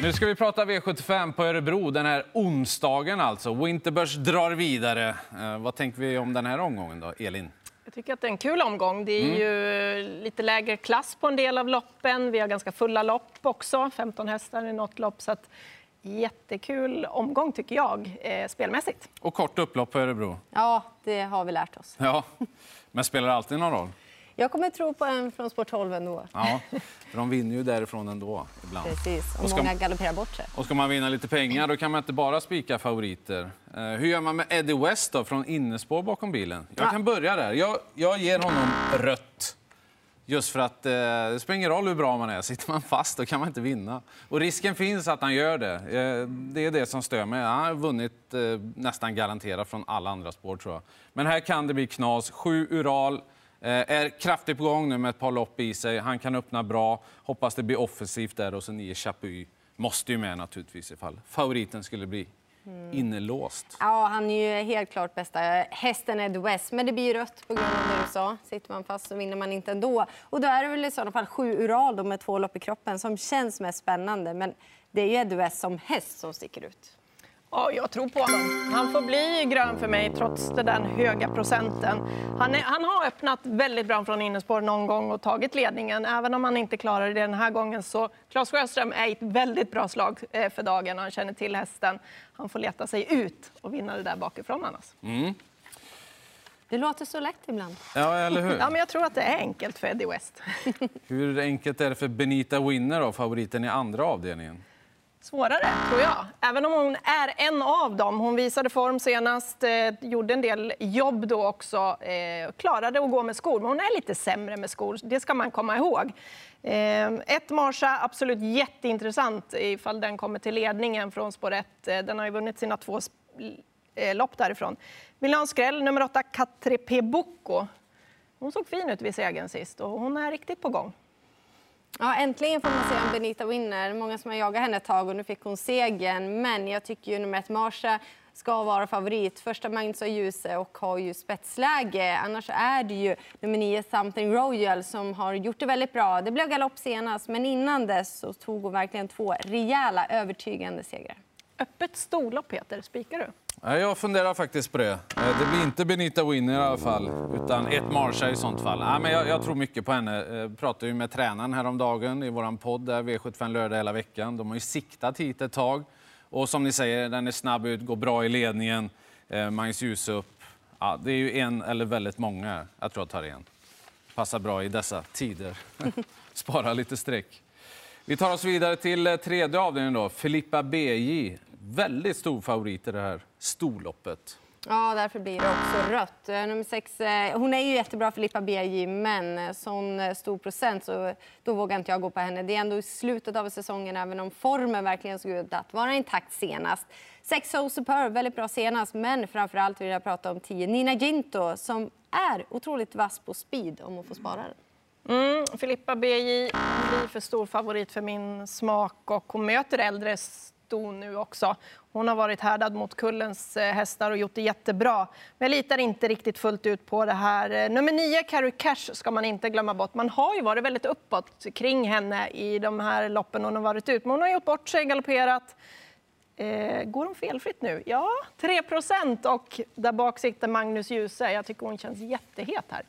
Nu ska vi prata V75 på Örebro den här onsdagen alltså. Winterburs drar vidare. Vad tänker vi om den här omgången då, Elin? Jag tycker att det är en kul omgång. Det är ju lite lägre klass på en del av loppen. Vi har ganska fulla lopp också, 15 hästar i något lopp. Så att jättekul omgång tycker jag, spelmässigt. Och kort upplopp på Örebro. Ja, det har vi lärt oss. Ja, men spelar alltid någon roll? Jag kommer tro på en från Sport 12 ändå. Ja, för de vinner ju därifrån ändå ibland. Precis, och många galopperar bort sig. Och ska man vinna lite pengar då kan man inte bara spika favoriter. Hur gör man med Eddie West då, från innespår bakom bilen? Jag kan börja där. Jag ger honom rött. Just för att det spelar ingen roll hur bra man är. Sitter man fast då kan man inte vinna. Och risken finns att han gör det. Det är det som stör mig. Han har vunnit nästan garanterat från alla andra spår tror jag. Men här kan det bli knas. 7 Ural. Är kraftigt på gång nu med ett par lopp i sig. Han kan öppna bra. Hoppas det blir offensivt där. Och så 9 Chapuis måste ju med naturligtvis ifall favoriten skulle bli innelåst. Ja, han är ju helt klart bästa hästen Eddie West. Men det blir rött på grund av det du sa. Sitter man fast så vinner man inte ändå. Och då är det väl i sådana fall 7 Ural då med 2 lopp i kroppen som känns mest spännande. Men det är ju Eddie West som häst som sticker ut. Ja, jag tror på honom. Han får bli grön för mig trots den höga procenten. Han har öppnat väldigt bra från innespår någon gång och tagit ledningen. Även om han inte klarar det den här gången så Claes Sjöström är ett väldigt bra slag för dagen. Han känner till hästen. Han får leta sig ut och vinna det där bakifrån annars. Det låter så lätt ibland. Ja, eller hur? Ja, men jag tror att det är enkelt för Eddie West. Hur enkelt är det för Benita Winner då, favoriten i andra avdelningen? Svårare, tror jag. Även om hon är en av dem. Hon visade form senast, gjorde en del jobb då också. Klarade att gå med skor, men hon är lite sämre med skor. Det ska man komma ihåg. Ett Marsha, absolut jätteintressant ifall den kommer till ledningen från spår 1. Den har ju vunnit sina 2 lopp därifrån. Milan Skräll, nummer 8, Katrepe Bocco. Hon såg fin ut vid segern sist och hon är riktigt på gång. Ja, äntligen får man se en Benita Winner. Många som har jagat henne ett tag och nu fick hon segern. Men jag tycker ju nummer 1 Marsha ska vara favorit. Första Magnus och Ljuse och har ju spetsläge. Annars är det ju nummer 9 Something Royal som har gjort det väldigt bra. Det blev galopp senast, men innan dess så tog hon verkligen 2 rejäla övertygande segrar. Öppet storlopp, Peter. Spikar du? Jag funderar faktiskt på det. Det blir inte Benita Winner i alla fall, utan ett Marsha i sånt fall. Ja, men jag tror mycket på henne. Jag pratade ju med tränaren häromdagen i våran podd där V75 lördag hela veckan. De har ju siktat hit ett tag. Och som ni säger, den är snabb ut, går bra i ledningen. Magnus ljus upp. Ja, det är ju en eller väldigt många. Jag tror jag tar en. Passar bra i dessa tider. Spara lite streck. Vi tar oss vidare till tredje avdelningen då. Filippa BJ. Väldigt stor favorit i det här storloppet. Ja, därför blir det också rött. Nummer 6, hon är ju jättebra Filippa BJ, men sån stor procent så då vågar inte jag gå på henne. Det är ändå i slutet av säsongen, även om formen verkligen såg ut att vara intakt senast. 6 So Superb, väldigt bra senast, men framförallt vill jag prata om 10 Nina Ginto som är otroligt vass på speed om hon får spara den. Filippa BJ blir för stor favorit för min smak och hon möter äldre nu också. Hon har varit härdad mot kullens hästar och gjort det jättebra. Men jag litar inte riktigt fullt ut på det här. Nummer 9, Carrie Cash, ska man inte glömma bort. Man har ju varit väldigt uppåt kring henne i de här loppen hon har varit ut. Men hon har gjort bort sig, galopperat. Går hon felfritt nu? Ja, 3% och där bak sitter Magnus Ljuse. Jag tycker hon känns jättehet här.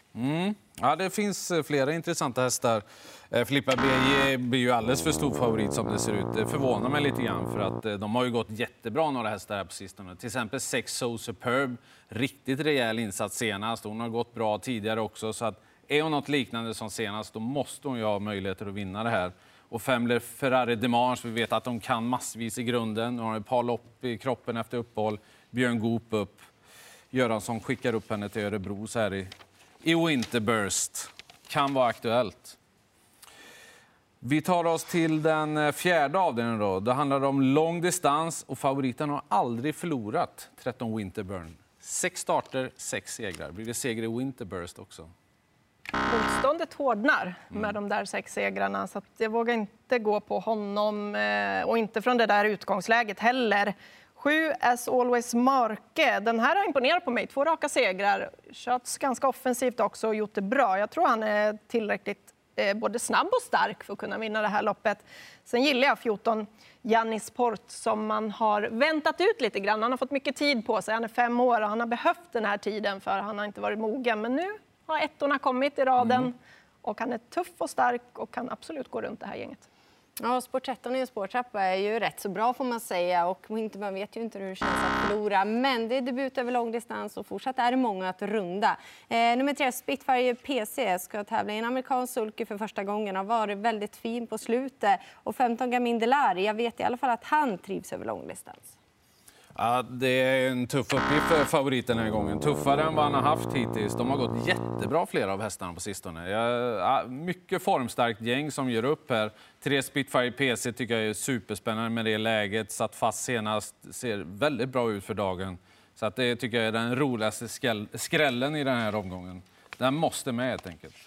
Ja, det finns flera intressanta hästar. Filippa BJ blir ju alldeles för stor favorit som det ser ut. Det förvånar mig lite grann för att de har ju gått jättebra några hästar här på sistone. Till exempel 6 So Superb, riktigt rejäl insats senast. Hon har gått bra tidigare också, så att är hon något liknande som senast då måste hon ju ha möjligheter att vinna det här. Och 5 Ferrari Demange, vi vet att de kan massvis i grunden. Hon har ett par lopp i kroppen efter uppehåll. Björn Goop upp. Göransson skickar upp henne till Örebro så här i Winterburst. Kan vara aktuellt. Vi tar oss till den fjärde avdelningen då. Det handlar om lång distans och favoriten har aldrig förlorat 13 Winterburn. 6 starter, 6 segrar. Blir det seger i Winterburst också? Motståndet hårdnar med de där 6 segrarna så att jag vågar inte gå på honom och inte från det där utgångsläget heller. 7 As Always Marke. Den här har imponerat på mig. 2 raka segrar. Köts ganska offensivt också och gjort det bra. Jag tror han är tillräckligt både snabb och stark för att kunna vinna det här loppet. Sen gillar jag 14 Giannis Port som man har väntat ut lite grann. Han har fått mycket tid på sig. Han är 5 år och han har behövt den här tiden för han har inte varit mogen. Men nu har ettorna kommit i raden och han är tuff och stark och kan absolut gå runt det här gänget. Ja, spår 13 i en spårtrappa är ju rätt så bra får man säga och man vet ju inte hur det känns att förlora. Men det är debut över långdistans och fortsatt är det många att runda. Nummer 3, Spitfire PC ska tävla i en amerikansk sulky för första gången. Har varit väldigt fin på slutet. Och 15 Gamin Delari, jag vet i alla fall att han trivs över långdistans. Ja, det är en tuff uppgift för favoriten den här gången. Tuffare än vad han har haft hittills. De har gått jättebra flera av hästarna på sistone. Mycket formstarkt gäng som gör upp här. 3 Spitfire PC tycker jag är superspännande med det läget. Satt fast senast, ser väldigt bra ut för dagen. Så att det tycker jag är den roligaste skrällen i den här omgången. Den måste med helt enkelt.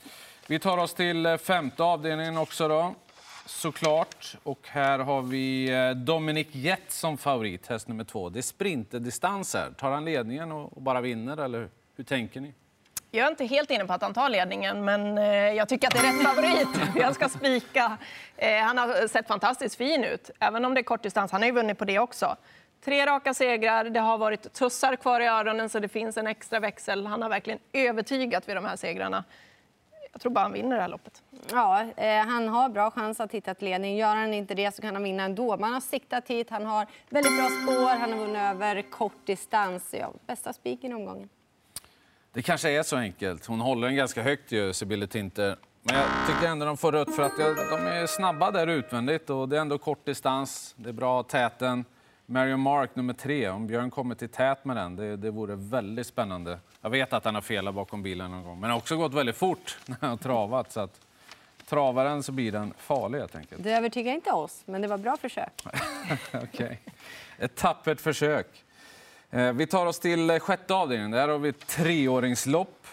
Vi tar oss till 5:e avdelningen också då. Såklart. Och här har vi Dominic Jett som favorit, häst nummer 2. Det är sprinterdistans här. Tar han ledningen och bara vinner, eller hur tänker ni? Jag är inte helt inne på att han tar ledningen, men jag tycker att det är rätt favorit. Jag ska spika. Han har sett fantastiskt fin ut, även om det är kortdistans. Han har ju vunnit på det också. 3 raka segrar, det har varit tussar kvar i öronen så det finns en extra växel. Han har verkligen övertygat vid de här segrarna. Jag tror bara han vinner det här loppet. Ja, han har bra chans att hitta ett ledning. Gör han inte det så kan han vinna ändå. Man har siktat hit, han har väldigt bra spår, han har vunnit över kort distans. Ja, bästa spiken i omgången. Det kanske är så enkelt. Hon håller en ganska högt ju, Sibylle Tinter. Men jag tycker ändå de får rött för att de är snabba där utvändigt. Och det är ändå kort distans, det är bra täten. Marion Mark nummer 3, om Björn kommer till tät med den, det vore väldigt spännande. Jag vet att han har felat bakom bilen någon gång, men det har också gått väldigt fort när han har travat. Så att travaren så blir den farlig helt enkelt. Det övertygar inte oss, men det var bra försök. Okej. Ett tappert försök. Vi tar oss till 6:e avdelningen. Där har vi ett 3-åringslopp.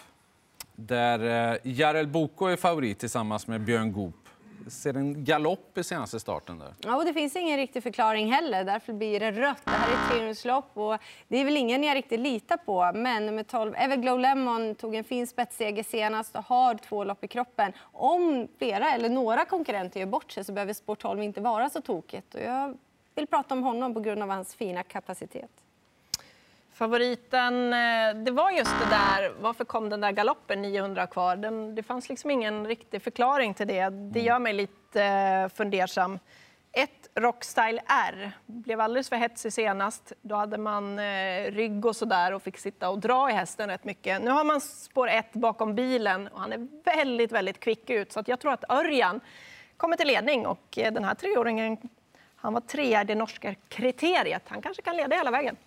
Där Jarel Boko är favorit tillsammans med Björn Goop. Ser en galopp i senaste starten där. Ja, och det finns ingen riktig förklaring heller. Därför blir det rött. Det här är ett 3-åringslopp och det är väl ingen jag riktigt litar på. Men nummer 12, Everglow Lemon, tog en fin spetsseger senast och har 2 lopp i kroppen. Om flera eller några konkurrenter gör bort sig så behöver sport 12 inte vara så tokigt. Och jag vill prata om honom på grund av hans fina kapacitet. Favoriten, det var just det där, varför kom den där galoppen 900 kvar? Det fanns liksom ingen riktig förklaring till det. Det gör mig lite fundersam. 1 Rockstyle R blev alldeles för hetsig senast. Då hade man rygg och sådär och fick sitta och dra i hästen rätt mycket. Nu har man spår 1 bakom bilen och han är väldigt, väldigt kvick ut. Så att jag tror att Örjan kommer till ledning och den här 3-åringen, han var 3 i det norska kriteriet. Han kanske kan leda hela vägen.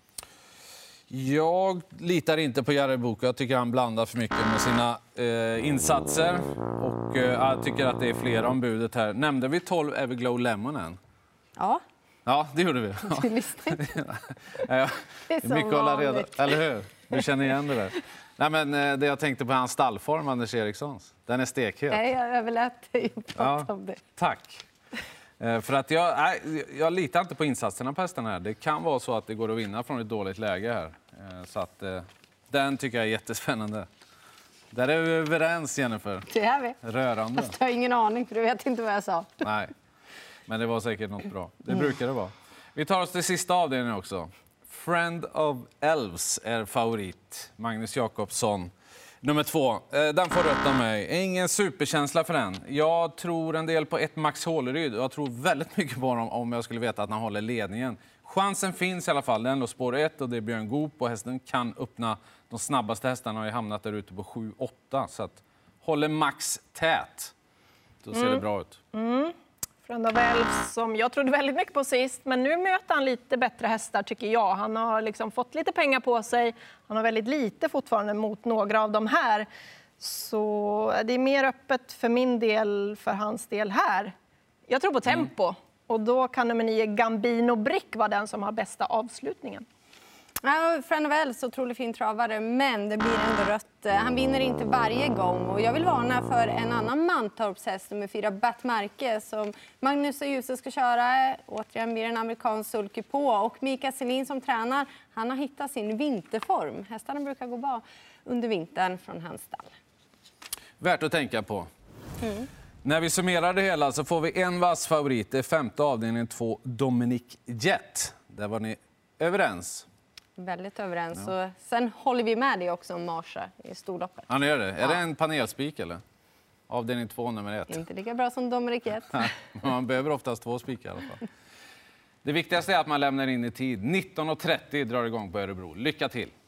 Jag litar inte på Jarel Boko. Jag tycker han blandar för mycket med sina insatser. Och jag tycker att det är flera om budet här. Nämnde vi 12 Everglow Lemon än? Ja. Ja, det gjorde vi. Du lyssnar inte. Ja, Det är så mycket att hålla reda. vanligt. Eller hur? Du känner igen det där. Nej, men det jag tänkte på hans stallform, Anders Erikssons. Den är stekhet. Nej, jag överlät dig att prata Ja, om det. tack. För att jag litar inte på insatserna på hästen här. Det kan vara så att det går att vinna från ett dåligt läge här. Så att den tycker jag är jättespännande. Där är vi överens, Jennifer. Det är vi. Rörande. Fast jag har ingen aning för du vet inte vad jag sa. Nej, men det var säkert något bra. Det brukar det vara. Vi tar oss till sista avdelningen också. Friend of Elves är favorit. Magnus Jakobsson. Nummer 2. Den får rött av mig. Ingen superkänsla för den. Jag tror en del på 1 Max Håleryd. Jag tror väldigt mycket på honom om jag skulle veta att han håller ledningen. Chansen finns i alla fall. Den låg spår 1 och det är Björn Goop. Och hästen kan öppna. De snabbaste hästarna har ju hamnat där ute på 7-8. Så att håller Max tät. Då ser det bra ut. Friend of Elves som jag trodde väldigt mycket på sist. Men nu möter han lite bättre hästar tycker jag. Han har liksom fått lite pengar på sig. Han har väldigt lite fortfarande mot några av de här. Så det är mer öppet för min del, för hans del här. Jag tror på tempo. Och då kan nummer 9 Gambino Brick vara den som har bästa avslutningen. Ja, Friend of Elves, otroligt fin travare, men det blir ändå rött. Han vinner inte varje gång och jag vill varna för en annan Mantorpshäst, nummer 4 Batmarke, som Magnus och Djuse ska köra. Återigen blir en amerikansk sulky på och Mika Selin som tränar, han har hittat sin vinterform. Hästarna brukar gå bra under vintern från hans stall. Värt att tänka på. När vi summerar det hela så får vi en vass favorit. Det är 5:e avdelningen 2, Dominic Jet. Där var ni överens. Väldigt överens. Ja. Och sen håller vi med dig också om Marsha i storloppet. Ja, ni gör det. Är det en panelspik eller? Avdelning 2, nummer 1. Inte lika bra som Dominic Jet. Man behöver oftast 2 spikar i alla fall. Det viktigaste är att man lämnar in i tid. 19:30 drar igång på Örebro. Lycka till!